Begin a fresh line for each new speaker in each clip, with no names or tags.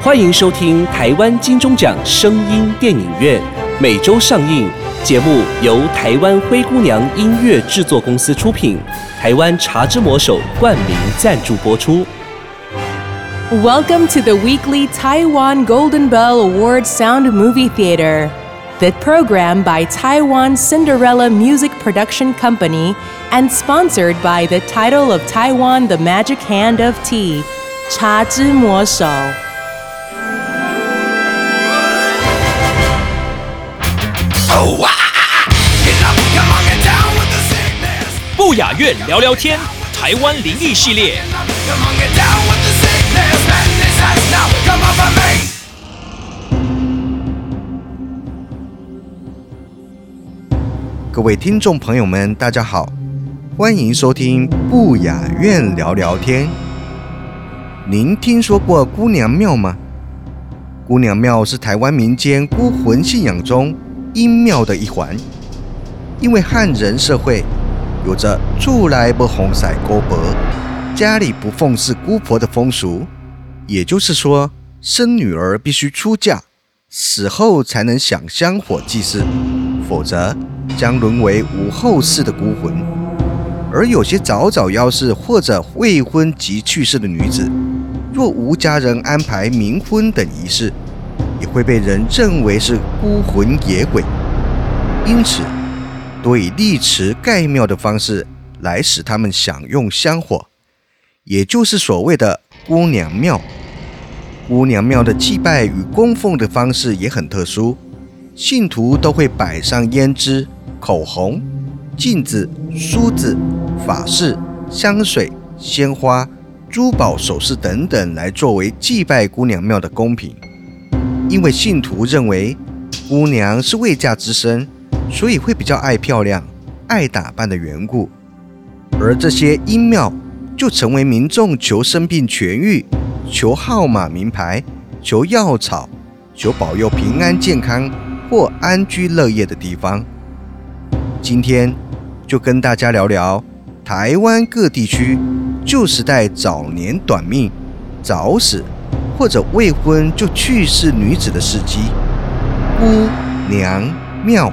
欢迎收听台湾金钟奖声音电影院，每周上映。节目由台湾灰姑娘音乐制作公司出品，台湾茶之魔手冠名赞助播出。
Welcome to the weekly Taiwan Golden Bell Award Sound Movie Theater. The program by Taiwan Cinderella Music Production Company and sponsored by the title of Taiwan The Magic Hand of Tea, 茶之魔手。
不雅院聊聊天，台湾灵异系列。
各位听众朋友们，大家好，欢迎收听不雅院聊聊天。您听说过姑娘庙吗？姑娘庙是台湾民间孤魂信仰中阴庙的一环，因为汉人社会有着厝内不红晒姑婆，家里不奉祀姑婆的风俗，也就是说，生女儿必须出嫁，死后才能享香火祭祀，否则将沦为无后世的孤魂。而有些早早夭逝或者未婚即去世的女子，若无家人安排冥婚等仪式，也会被人认为是孤魂野鬼。因此多以立祠盖庙的方式来使他们享用香火，也就是所谓的姑娘庙。姑娘庙的祭拜与供奉的方式也很特殊，信徒都会摆上胭脂、口红、镜子、梳子、法事、香水、鲜花、珠宝首饰等等来作为祭拜姑娘庙的供品。因为信徒认为姑娘是未嫁之身，所以会比较爱漂亮、爱打扮的缘故，而这些阴庙就成为民众求生病痊愈、求号码名牌、求药草、求保佑平安健康或安居乐业的地方。今天就跟大家聊聊台湾各地区旧时代早年短命、早死或者未婚就去世女子的事迹——姑娘庙。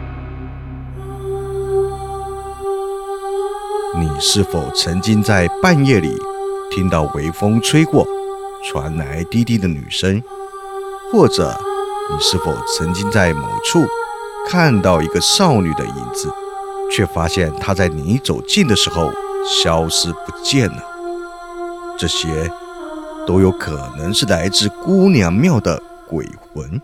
你是否曾经在半夜里听到微风吹过，传来低低的女声？或者你是否曾经在某处看到一个少女的影子，却发现她在你走近的时候消失不见了？这些都有可能是来自姑娘庙的鬼魂。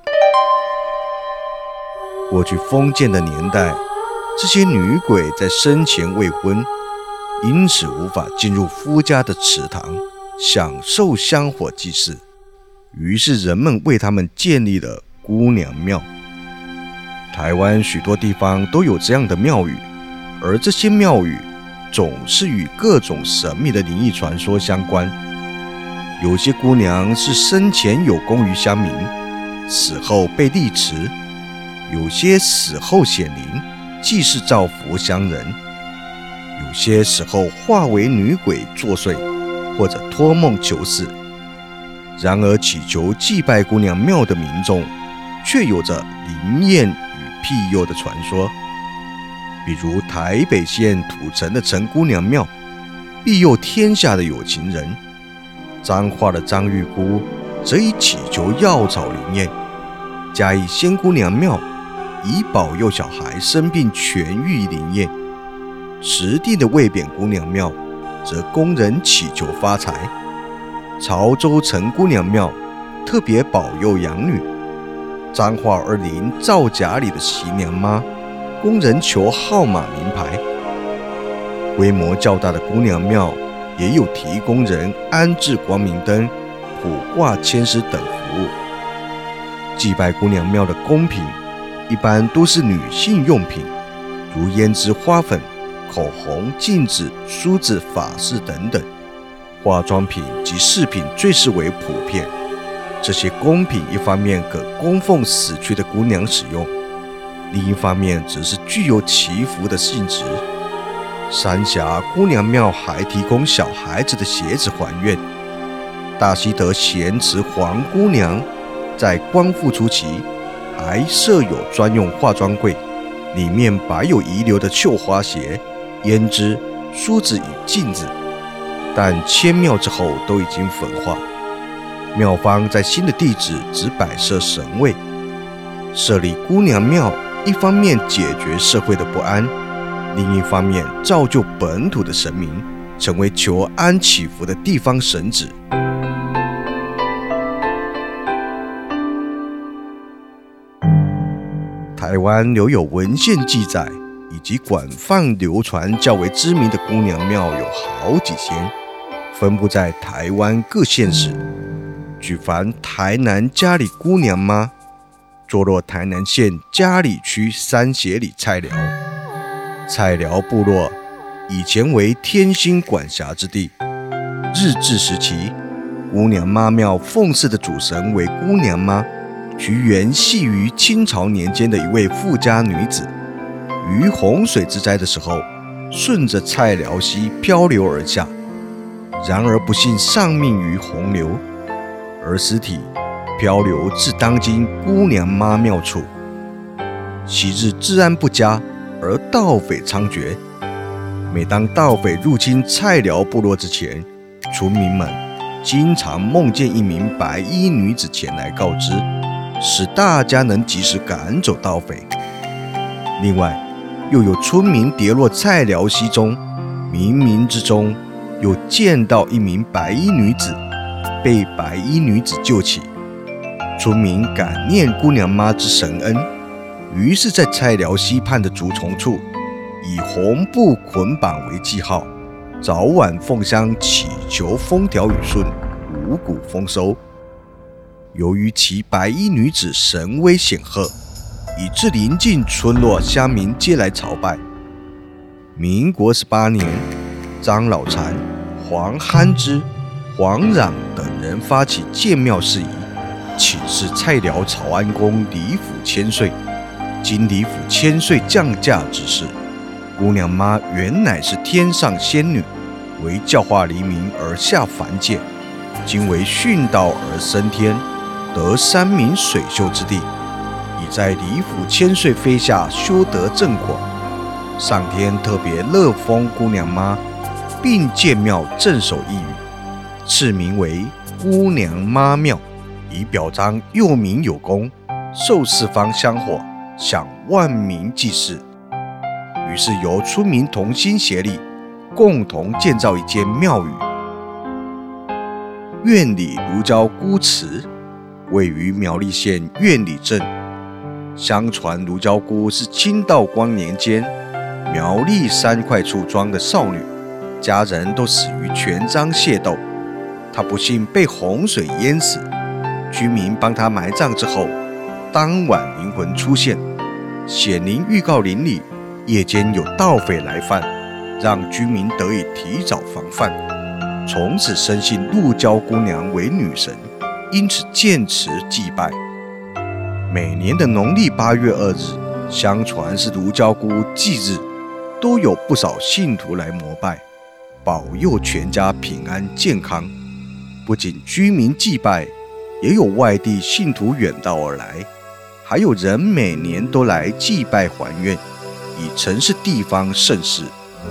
过去封建的年代，这些女鬼在生前未婚，因此无法进入夫家的祠堂享受香火祭祀，于是人们为他们建立了姑娘庙。台湾许多地方都有这样的庙宇，而这些庙宇总是与各种神秘的灵异传说相关。有些姑娘是生前有功于乡民，死后被立祠；有些死后显灵，祭祀造福乡人；有些死后化为女鬼作祟，或者托梦求事。然而祈求祭拜姑娘庙的民众却有着灵验与庇佑的传说，比如台北县土城的陈姑娘庙庇佑天下的有情人，彰化的张玉姑则以祈求药草灵验，嘉义仙姑娘庙以保佑小孩生病痊愈灵验，石碇的魏扁姑娘庙则供人祈求发财，潮州陈姑娘庙特别保佑养女，彰化二林赵甲里的席娘妈供人求号码名牌，规模较大的姑娘庙也有提供人安置光明灯、卜卦签诗等服务。祭拜姑娘庙的供品一般都是女性用品，如胭脂、花粉、口红、镜子、梳子、发饰等等。化妆品及饰品最是为普遍。这些供品一方面可供奉死去的姑娘使用，另一方面则是具有祈福的性质。三峡姑娘庙还提供小孩子的鞋子还愿， 大溪德咸池黄姑娘在光复初期还设有专用化妆柜，里面摆有遗留的绣花鞋、胭脂、梳子与镜子，但迁庙之后都已经焚化。庙方在新的地址只摆设神位。设立姑娘庙，一方面解决社会的不安，另一方面造就本土的神明成为求安祈福的地方神祇。台湾留有文献记载以及广泛流传较为知名的姑娘庙有好几间，分布在台湾各县市。举凡台南佳里姑娘妈，坐落台南县佳里区三协里菜寮。菜寮部落以前为天心管辖之地。日治时期，姑娘妈庙奉祀的主神为姑娘妈，其源系于清朝年间的一位富家女子，于洪水之灾的时候，顺着菜寮溪漂流而下，然而不幸丧命于洪流，而尸体漂流至当今姑娘妈庙处。昔日治安不佳，而盗匪猖獗。每当盗匪入侵菜寮部落之前，村民们经常梦见一名白衣女子前来告知，使大家能及时赶走盗匪。另外，又有村民跌落菜寮溪中，冥冥之中又见到一名白衣女子，被白衣女子救起。村民感念姑娘妈之神恩，于是在菜寮溪畔的竹丛处，以红布捆绑为记号，早晚奉香祈求风调雨顺、五谷丰收。由于其白衣女子神威显赫，以致邻近村落乡民皆来朝拜。民国18年，张老禅、黄憨之、黄壤等人发起建庙事宜，请示菜寮曹安公李府千岁。经李府千岁降驾指示，姑娘妈原乃是天上仙女，为教化黎民而下凡界，今为殉道而升天，得山明水秀之地，已在李府千岁麾下修得正果。上天特别乐封姑娘妈，并建庙镇守一隅，赐名为姑娘妈庙，以表彰幼民有功，受四方香火，享万民祭祀。于是由村民同心协力，共同建造一间庙宇。苑里芦胶孤祠位于苗栗县苑里镇。相传芦胶姑是清道光年间苗栗3块厝庄的少女，家人都死于泉漳械斗，她不幸被洪水淹死。居民帮她埋葬之后，当晚灵魂出现，显灵预告邻里夜间有盗匪来犯，让居民得以提早防范，从此深信芦胶姑娘为女神，因此建祠祭拜。每年的农历8月2日，相传是芦胶姑忌日，都有不少信徒来膜拜，保佑全家平安健康。不仅居民祭拜，也有外地信徒远道而来，还有人每年都来祭拜还愿，已成是地方盛事。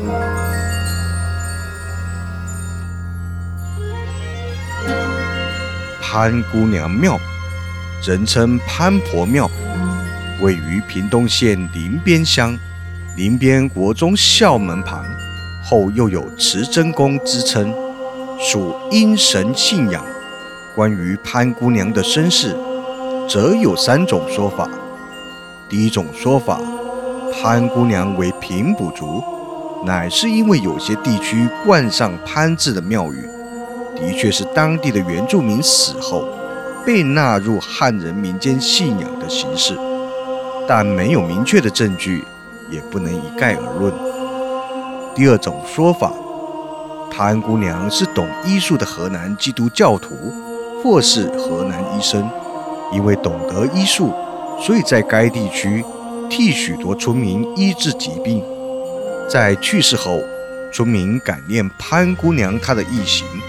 潘姑娘庙，人称潘婆庙，位于屏东县林边乡林边国中校门旁，后又有慈真宫之称，属阴神信仰。关于潘姑娘的身世，则有3种说法。第一种说法，潘姑娘为平埔族，乃是因为有些地区冠上潘字的庙宇，的确是当地的原住民死后被纳入汉人民间信仰的形式，但没有明确的证据，也不能一概而论。第二种说法，潘姑娘是懂医术的河南基督教徒，或是河南医生，因为懂得医术，所以在该地区替许多村民医治疾病。在去世后，村民感念潘姑娘她的义行，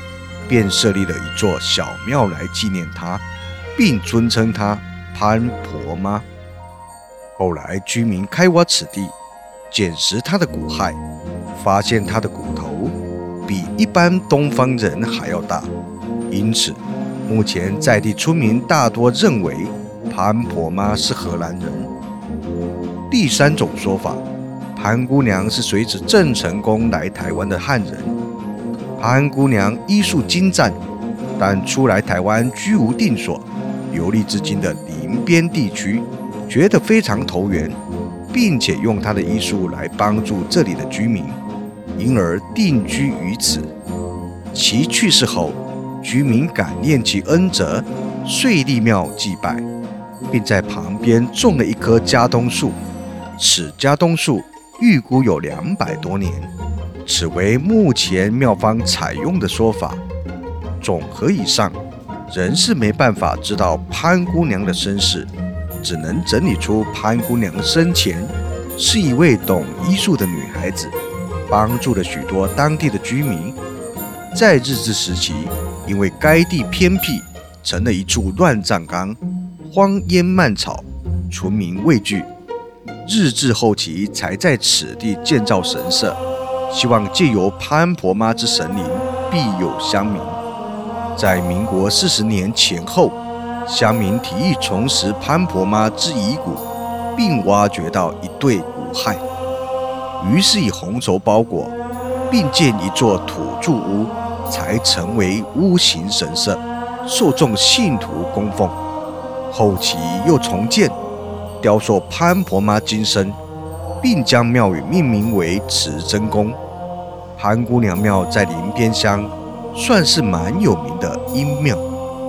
便设立了一座小庙来纪念她，并尊称她潘婆妈。后来居民开挖此地，捡拾她的骨骸，发现她的骨头比一般东方人还要大，因此目前在地村民大多认为潘婆妈是荷兰人。第三种说法，潘姑娘是随着郑成功来台湾的汉人。潘姑娘医术精湛，但初来台湾居无定所，游历至今的邻边地区，觉得非常投缘，并且用她的医术来帮助这里的居民，因而定居于此。其去世后，居民感念其恩泽，遂立庙祭拜，并在旁边种了一棵家冬树。此家冬树预估有200多年，此为目前庙方采用的说法。总和以上，仍是没办法知道潘姑娘的身世，只能整理出潘姑娘生前是一位懂医术的女孩子，帮助了许多当地的居民。在日治时期，因为该地偏僻，成了一处乱葬岗，荒烟蔓草，村民畏惧。日治后期才在此地建造神社，希望借由潘婆妈之神灵庇佑乡民。在民国40年前后，乡民提议重拾潘婆妈之遗骨，并挖掘到一对骨骸，于是以红绸包裹，并建一座土筑屋，才成为屋形神社，受众信徒供奉。后期又重建，雕塑潘婆妈金身，并将庙宇命名为慈真宫。潘姑娘庙在林边乡，算是蛮有名的阴庙。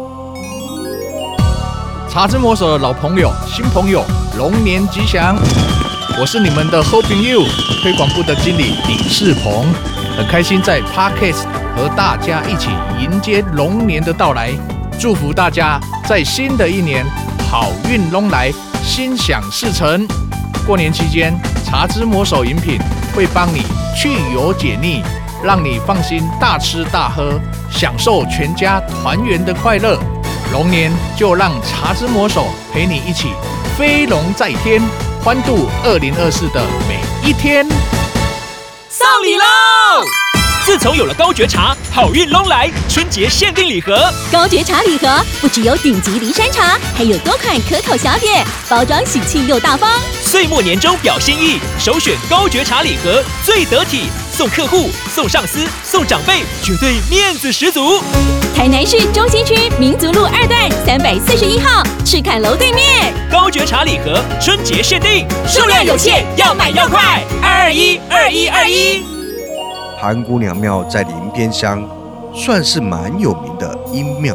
茶之魔手的老朋友、新朋友，龙年吉祥！我是你们的 Hoping You 推广部的经理李世鹏，很开心在 Podcast 和大家一起迎接龙年的到来，祝福大家在新的一年好运龙来，心想事成。过年期间，茶之魔手饮品会帮你去油解腻，让你放心大吃大喝，享受全家团圆的快乐。龙年就让茶之魔手陪你一起飞龙在天，欢度2024的每一天。
送礼喽！自从有了高觉茶，好运龙来，春节限定礼盒。
高觉茶礼盒不只有顶级梨山茶，还有多款可口小点，包装喜气又大方。
岁末年终表心意，首选高觉茶礼盒最得体，送客户、送上司、送长辈，绝对面子十足。
台南市中心区民族路2段341号赤坎楼对面。
高觉茶礼盒春节限定，数量有限，要买要快！2212121。
潘姑娘庙在林边乡，算是蛮有名的阴庙。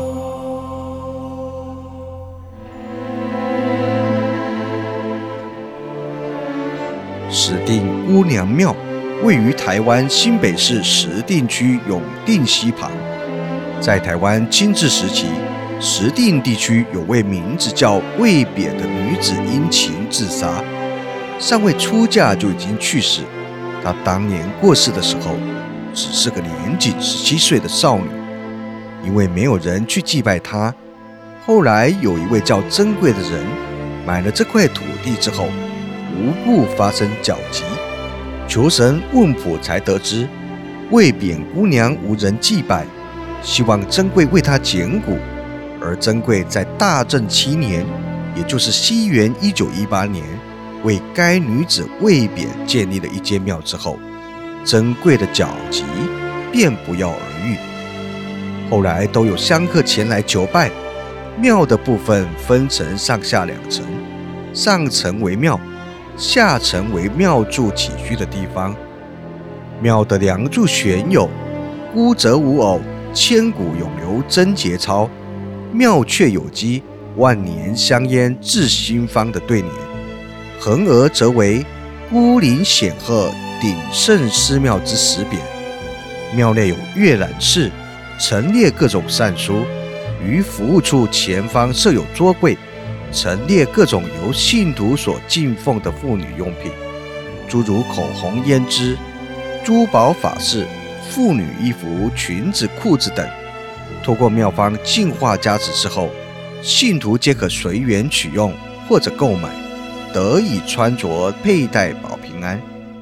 石碇姑娘庙位于台湾新北市石碇区永定溪旁。在台湾清治时期，石碇地区有位名字叫魏扁的女子因情自杀，尚未出嫁就已经去世。她当年过世的时候，只是个年仅17岁的少女。因为没有人去祭拜她，后来有一位叫珍贵的人买了这块土地之后，无故发生脚疾，求神问卜才得知魏扁姑娘无人祭拜，希望珍贵为她捡骨。而珍贵在大正7年，也就是西元1918年，为该女子魏扁建立了一间庙之后，珍贵的脚疾便不药而愈。后来都有香客前来求拜，庙的部分分成上下2层，上层为庙，下层为庙祝起居的地方。庙的梁柱悬有孤泽无偶，千古永流真节操，庙阙有基，万年香烟至心方的对联。横额则为孤灵显赫，鼎盛师庙之石匾。庙内有阅览室，陈列各种善书，于服务处前方设有桌柜，陈列各种由信徒所敬奉的妇女用品，诸如口红、胭脂、珠宝、法饰、妇女衣服、裙子、裤子等， 透过庙方净化加持之后，信徒皆可随缘取用或者购买，得以穿着佩戴保平安。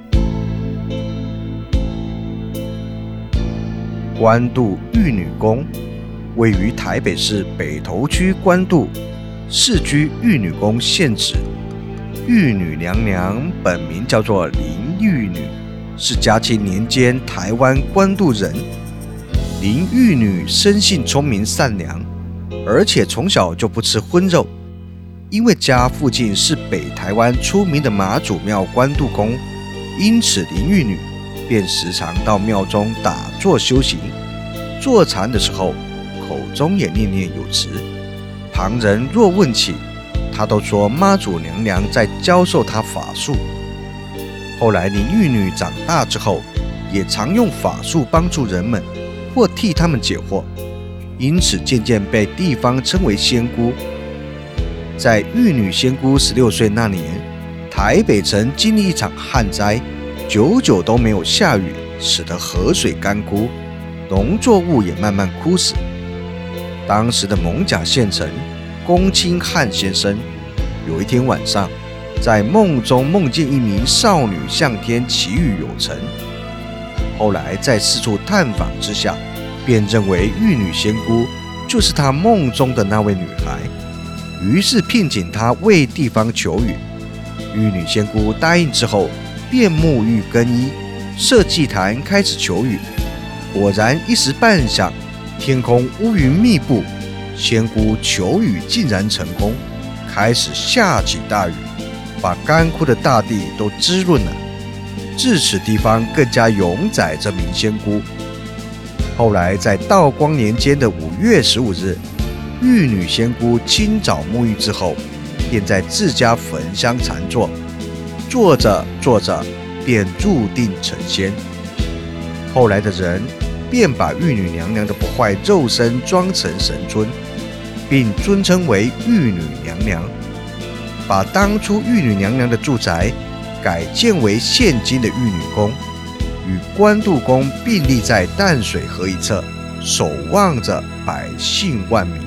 关渡玉女宫位于台北市北投区关渡市居玉女宫现址。玉女娘娘本名叫做林玉女，是嘉庆年间台湾关渡人。林玉女生性聪明善良，而且从小就不吃荤肉。因为家附近是北台湾出名的妈祖庙关渡宫，因此林玉女便时常到庙中打坐修行。坐禅的时候，口中也念念有词。旁人若问起，她都说妈祖娘娘在教授她法术。后来林玉女长大之后，也常用法术帮助人们，或替他们解惑，因此渐渐被地方称为仙姑。在玉女仙姑16岁那年，台北曾经历一场旱灾，久久都没有下雨，使得河水干枯，农作物也慢慢枯死。当时的艋舺县城龚清汉先生有一天晚上，在梦中梦见一名少女向天祈雨有成。后来在四处探访之下，便认为玉女仙姑就是他梦中的那位女孩，于是聘请她为地方求雨。玉女仙姑答应之后，便沐浴更衣，设祭坛开始求雨。果然一时半晌，天空乌云密布，仙姑求雨竟然成功，开始下起大雨，把干枯的大地都滋润了。至此地方更加永载这名仙姑。后来在道光年间的5月15日，玉女仙姑清早沐浴之后，便在自家焚香禅坐，坐着坐着便入定成仙。后来的人便把玉女娘娘的不坏肉身装成神尊，并尊称为玉女娘娘，把当初玉女娘娘的住宅改建为现今的玉女宫，与关渡宫并立在淡水河一侧，守望着百姓万民。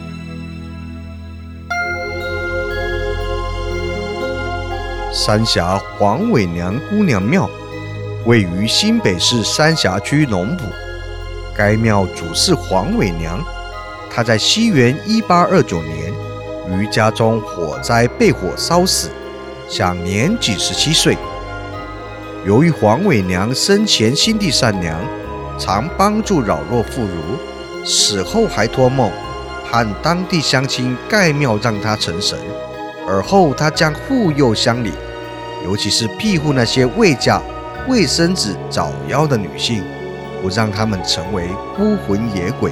三峡黄尾娘姑娘庙位于新北市三峡区龙埔，该庙主祀黄尾娘。她在西元1829年于家中火灾被火烧死，享年97岁。由于黄尾娘生前心地善良，常帮助老弱妇孺，死后还托梦和当地乡亲盖庙让她成神，而后她将护佑乡里，尤其是庇护那些未嫁、未生子、早夭的女性，不让她们成为孤魂野鬼。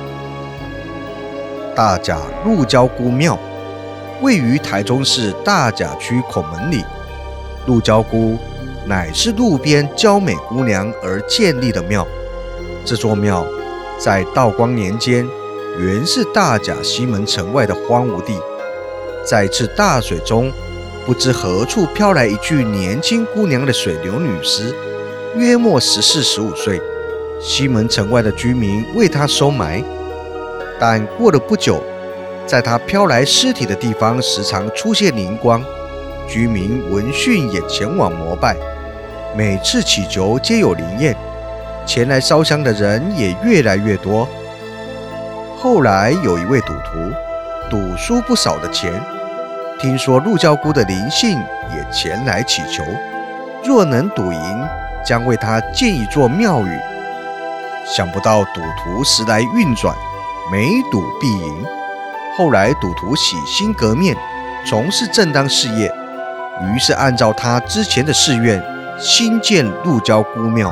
大甲鹿郊姑庙位于台中市大甲区孔门里，鹿郊姑乃是路边娇美姑娘而建立的庙。这座庙在道光年间原是大甲西门城外的荒芜地，在一次大水中，不知何处飘来一具年轻姑娘的水流女尸，约莫14、15岁。西门城外的居民为她收埋，但过了不久，在她飘来尸体的地方时常出现灵光，居民闻讯也前往膜拜，每次祈求皆有灵验，前来烧香的人也越来越多。后来有一位赌徒赌输不少的钱，听说鹿郊姑的灵性也前来祈求，若能赌赢，将为他建一座庙宇。想不到赌徒时来运转，每赌必赢。后来赌徒洗心革面，从事正当事业，于是按照他之前的誓愿，新建鹿郊姑庙。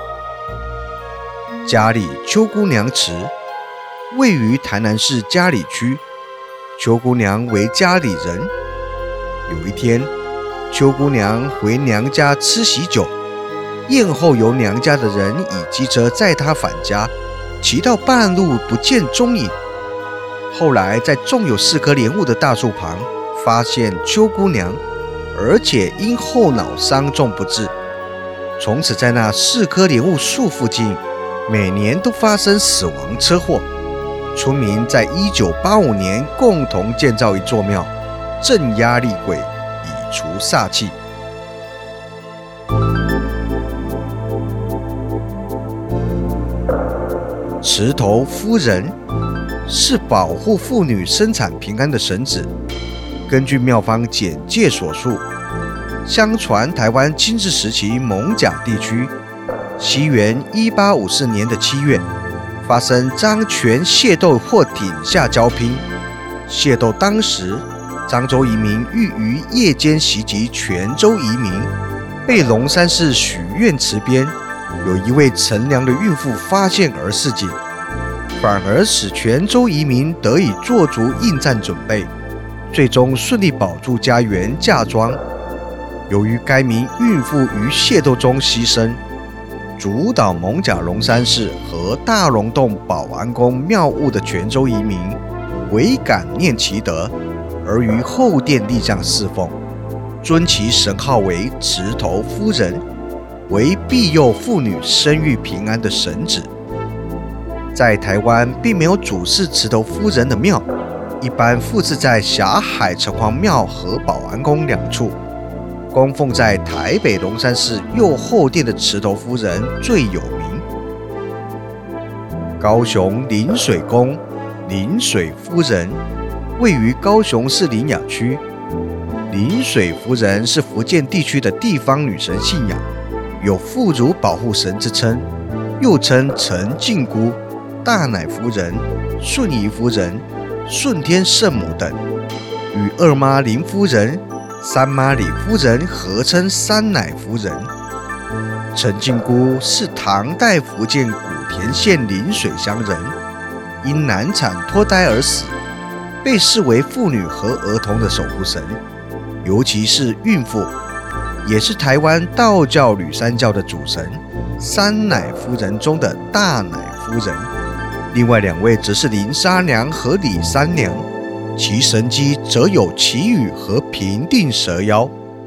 嘉里邱姑娘祠位于台南市嘉里区，邱姑娘为嘉里人。有一天，邱姑娘回娘家吃喜酒，宴后由娘家的人以机车载她返家，骑到半路不见踪影。后来在种有4棵莲雾的大树旁发现邱姑娘，而且因后脑伤重不治。从此在那4棵莲雾树附近，每年都发生死亡车祸， 村民在1985年共同建造一座庙，镇压厉鬼，以除煞气。池头夫人是保护妇女生产平安的神祇。根据庙方简介所述，相传台湾金治时期艋舺地区，西元1854年的7月，发生漳泉械斗或顶下交拼。械斗当时，漳州移民欲于夜间袭击泉州移民，被龙山寺许愿池边有一位乘凉的孕妇发现而示警，反而使泉州移民得以做足应战准备，最终顺利保住家园嫁妆。由于该名孕妇于械斗中牺牲，主导艋舺龙山寺和大龙洞保安宫庙务的泉州移民，为感念其德，而于后殿立像侍奉，尊其神号为池头夫人，为庇佑妇女生育平安的神祇。在台湾并没有主祀池头夫人的庙，一般附置在霞海城隍庙和保安宫2处。供奉在台北龙山寺右后殿的池头夫人最有名。高雄临水宫临水夫人位于高雄市林雅区。临水夫人是福建地区的地方女神信仰，有妇孺保护神之称，又称陈靖姑、大奶夫人、顺仪夫人、顺天圣母等，与二妈林夫人、三妈李夫人合称三奶夫人。陈靖姑是唐代福建古田县临水乡人，因难产脱胎而死，被视为妇女和儿童的守护神，尤其是孕妇，也是台湾道教吕山教的主神三奶夫人中的大奶夫人。另外2位则是林沙娘和李三娘，其神迹则有祈雨和平定蛇妖。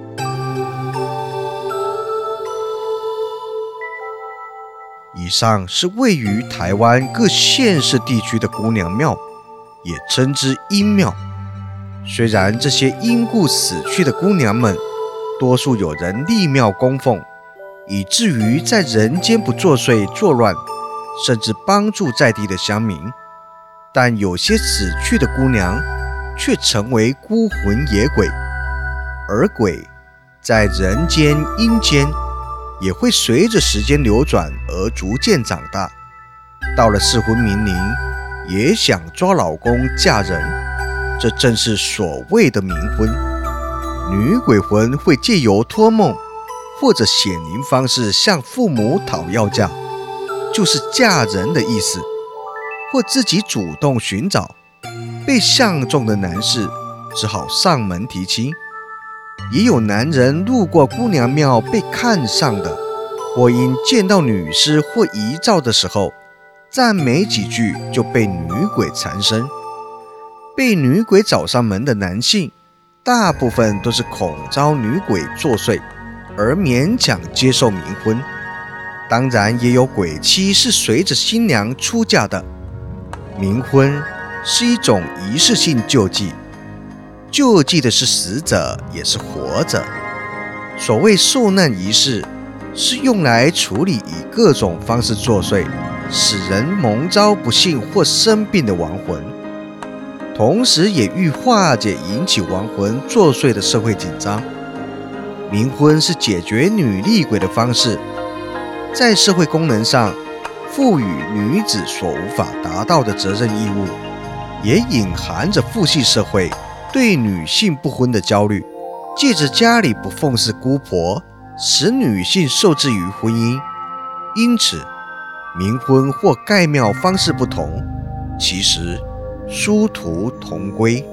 以上是位于台湾各县市地区的姑娘庙，也称之阴庙。虽然这些因故死去的姑娘们，多数有人立庙供奉，以至于在人间不作祟作乱，甚至帮助在地的乡民，但有些死去的姑娘却成为孤魂野鬼，而鬼在人间阴间也会随着时间流转而逐渐长大，到了适婚年龄也想抓老公嫁人，这正是所谓的冥婚。女鬼魂会借由托梦或者显灵方式向父母讨要嫁，就是嫁人的意思，或自己主动寻找，被相中的男士只好上门提亲。也有男人路过姑娘庙被看上的，或因见到女尸或遗照的时候赞美几句就被女鬼缠身。被女鬼找上门的男性，大部分都是恐遭女鬼作祟而勉强接受冥婚，当然也有鬼妻是随着新娘出嫁的。冥婚是一种仪式性救济，救济的是死者也是活着。所谓受难仪式，是用来处理以各种方式作祟，使人蒙遭不幸或生病的亡魂，同时也欲化解引起亡魂作祟的社会紧张。冥婚是解决女厉鬼的方式，在社会功能上赋予女子所无法达到的责任义务，也隐含着父系社会对女性不婚的焦虑，借着家里不奉侍姑婆，使女性受制于婚姻。因此冥婚或盖庙方式不同，其实殊途同归。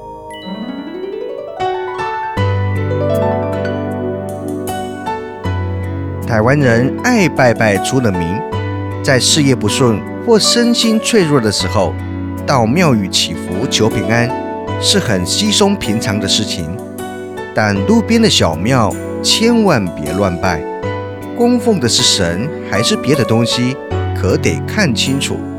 台湾人爱拜拜出了名，在事业不顺或身心脆弱的时候，到庙宇祈福求平安是很稀松平常的事情。但路边的小庙千万别乱拜，供奉的是神还是别的东西，可得看清楚。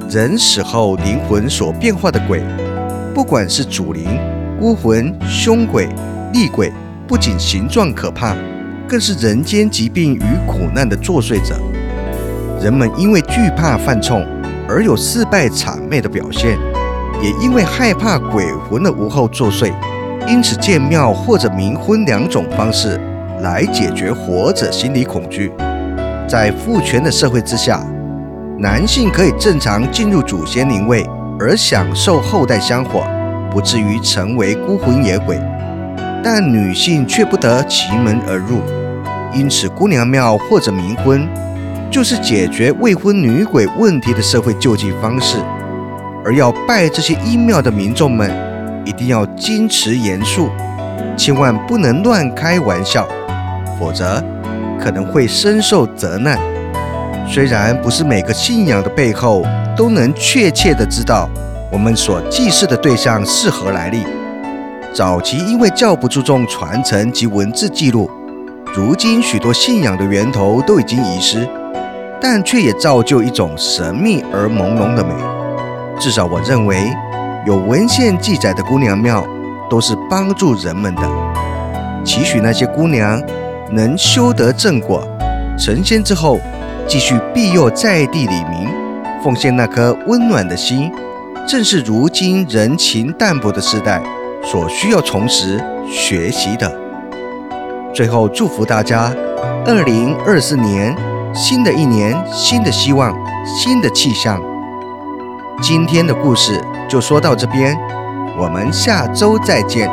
人死后灵魂所变化的鬼，不管是主灵、孤魂、凶鬼、厉鬼，不仅形状可怕，更是人间疾病与苦难的作祟者。人们因为惧怕犯冲而有四败谄媚的表现，也因为害怕鬼魂的无后作祟，因此建庙或者冥婚两种方式来解决活者心理恐惧。在父权的社会之下，男性可以正常进入祖先灵位而享受后代香火，不至于成为孤魂野鬼，但女性却不得其门而入。因此姑娘庙或者冥婚就是解决未婚女鬼问题的社会救济方式。而要拜这些阴庙的民众们一定要矜持严肃，千万不能乱开玩笑，否则可能会深受责难。虽然不是每个信仰的背后都能确切地知道我们所祭祀的对象是何来历，早期因为较不注重传承及文字记录，如今许多信仰的源头都已经遗失，但却也造就一种神秘而朦胧的美。至少我认为，有文献记载的姑娘庙都是帮助人们的，期许那些姑娘能修得正果，成仙之后继续庇佑在地里民，奉献那颗温暖的心，正是如今人情淡薄的时代所需要重拾学习的。最后祝福大家2024年，新的一年，新的希望，新的气象。今天的故事就说到这边，我们下周再见。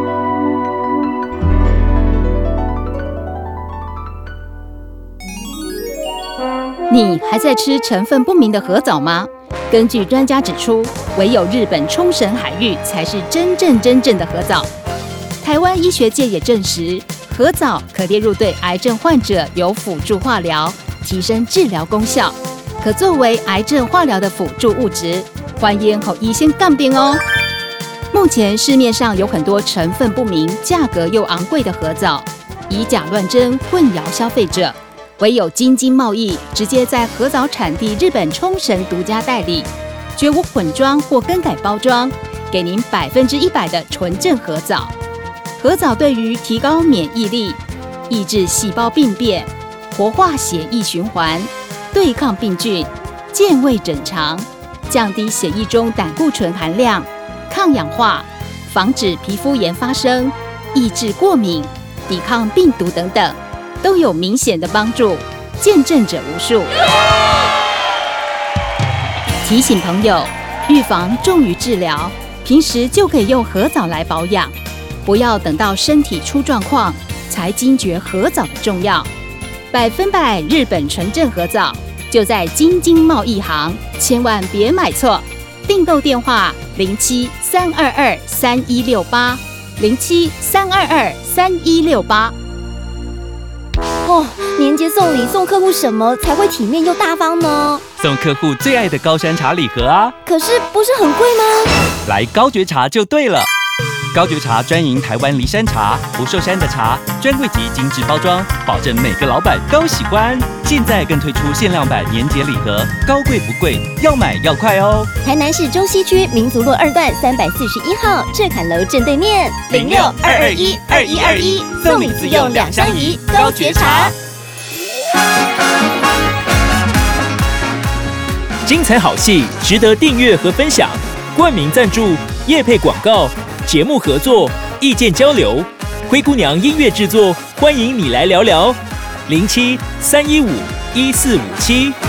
你还在吃成分不明的河藻吗？根据专家指出，唯有日本冲绳海域才是真正的河藻。台湾医学界也证实，河藻可列入对癌症患者有辅助化疗，提升治疗功效，可作为癌症化疗的辅助物质。欢迎和医生杠定哦。目前市面上有很多成分不明、价格又昂贵的河藻，以假乱真，混淆消费者。唯有京津贸易直接在河藻产地日本冲绳独家代理，绝无混装或更改包装，给您100%的纯正河藻。河藻对于提高免疫力、抑制细胞病变、活化血液循环、对抗病菌、健胃整肠、降低血液中胆固醇含量、抗氧化、防止皮肤炎发生、抑制过敏、抵抗病毒等等，都有明显的帮助，见证者无数。提醒朋友，预防重于治疗，平时就可以用河藻来保养，不要等到身体出状况才惊觉河藻的重要。100%日本纯正河藻就在京津贸易行，千万别买错。订购电话07-322-3168，07-322-3168。
哦，年节送礼送客户什么才会体面又大方呢？
送客户最爱的高山茶礼盒啊！
可是不是很贵吗？
来高觉茶就对了。高觉茶专营台湾梨山茶，不受山的茶，专柜级精致包装，保证每个老板都喜欢。现在更推出限量版年节礼盒，高贵不贵，要买要快哦！
台南市中西区民族路2段341号赤坎楼正对面
06-221-2121，送你自用2相宜高觉茶。精彩好戏值得订阅和分享，冠名赞助、业配广告、节目合作、意见交流，灰姑娘音乐制作，欢迎你来聊聊。07-315-1457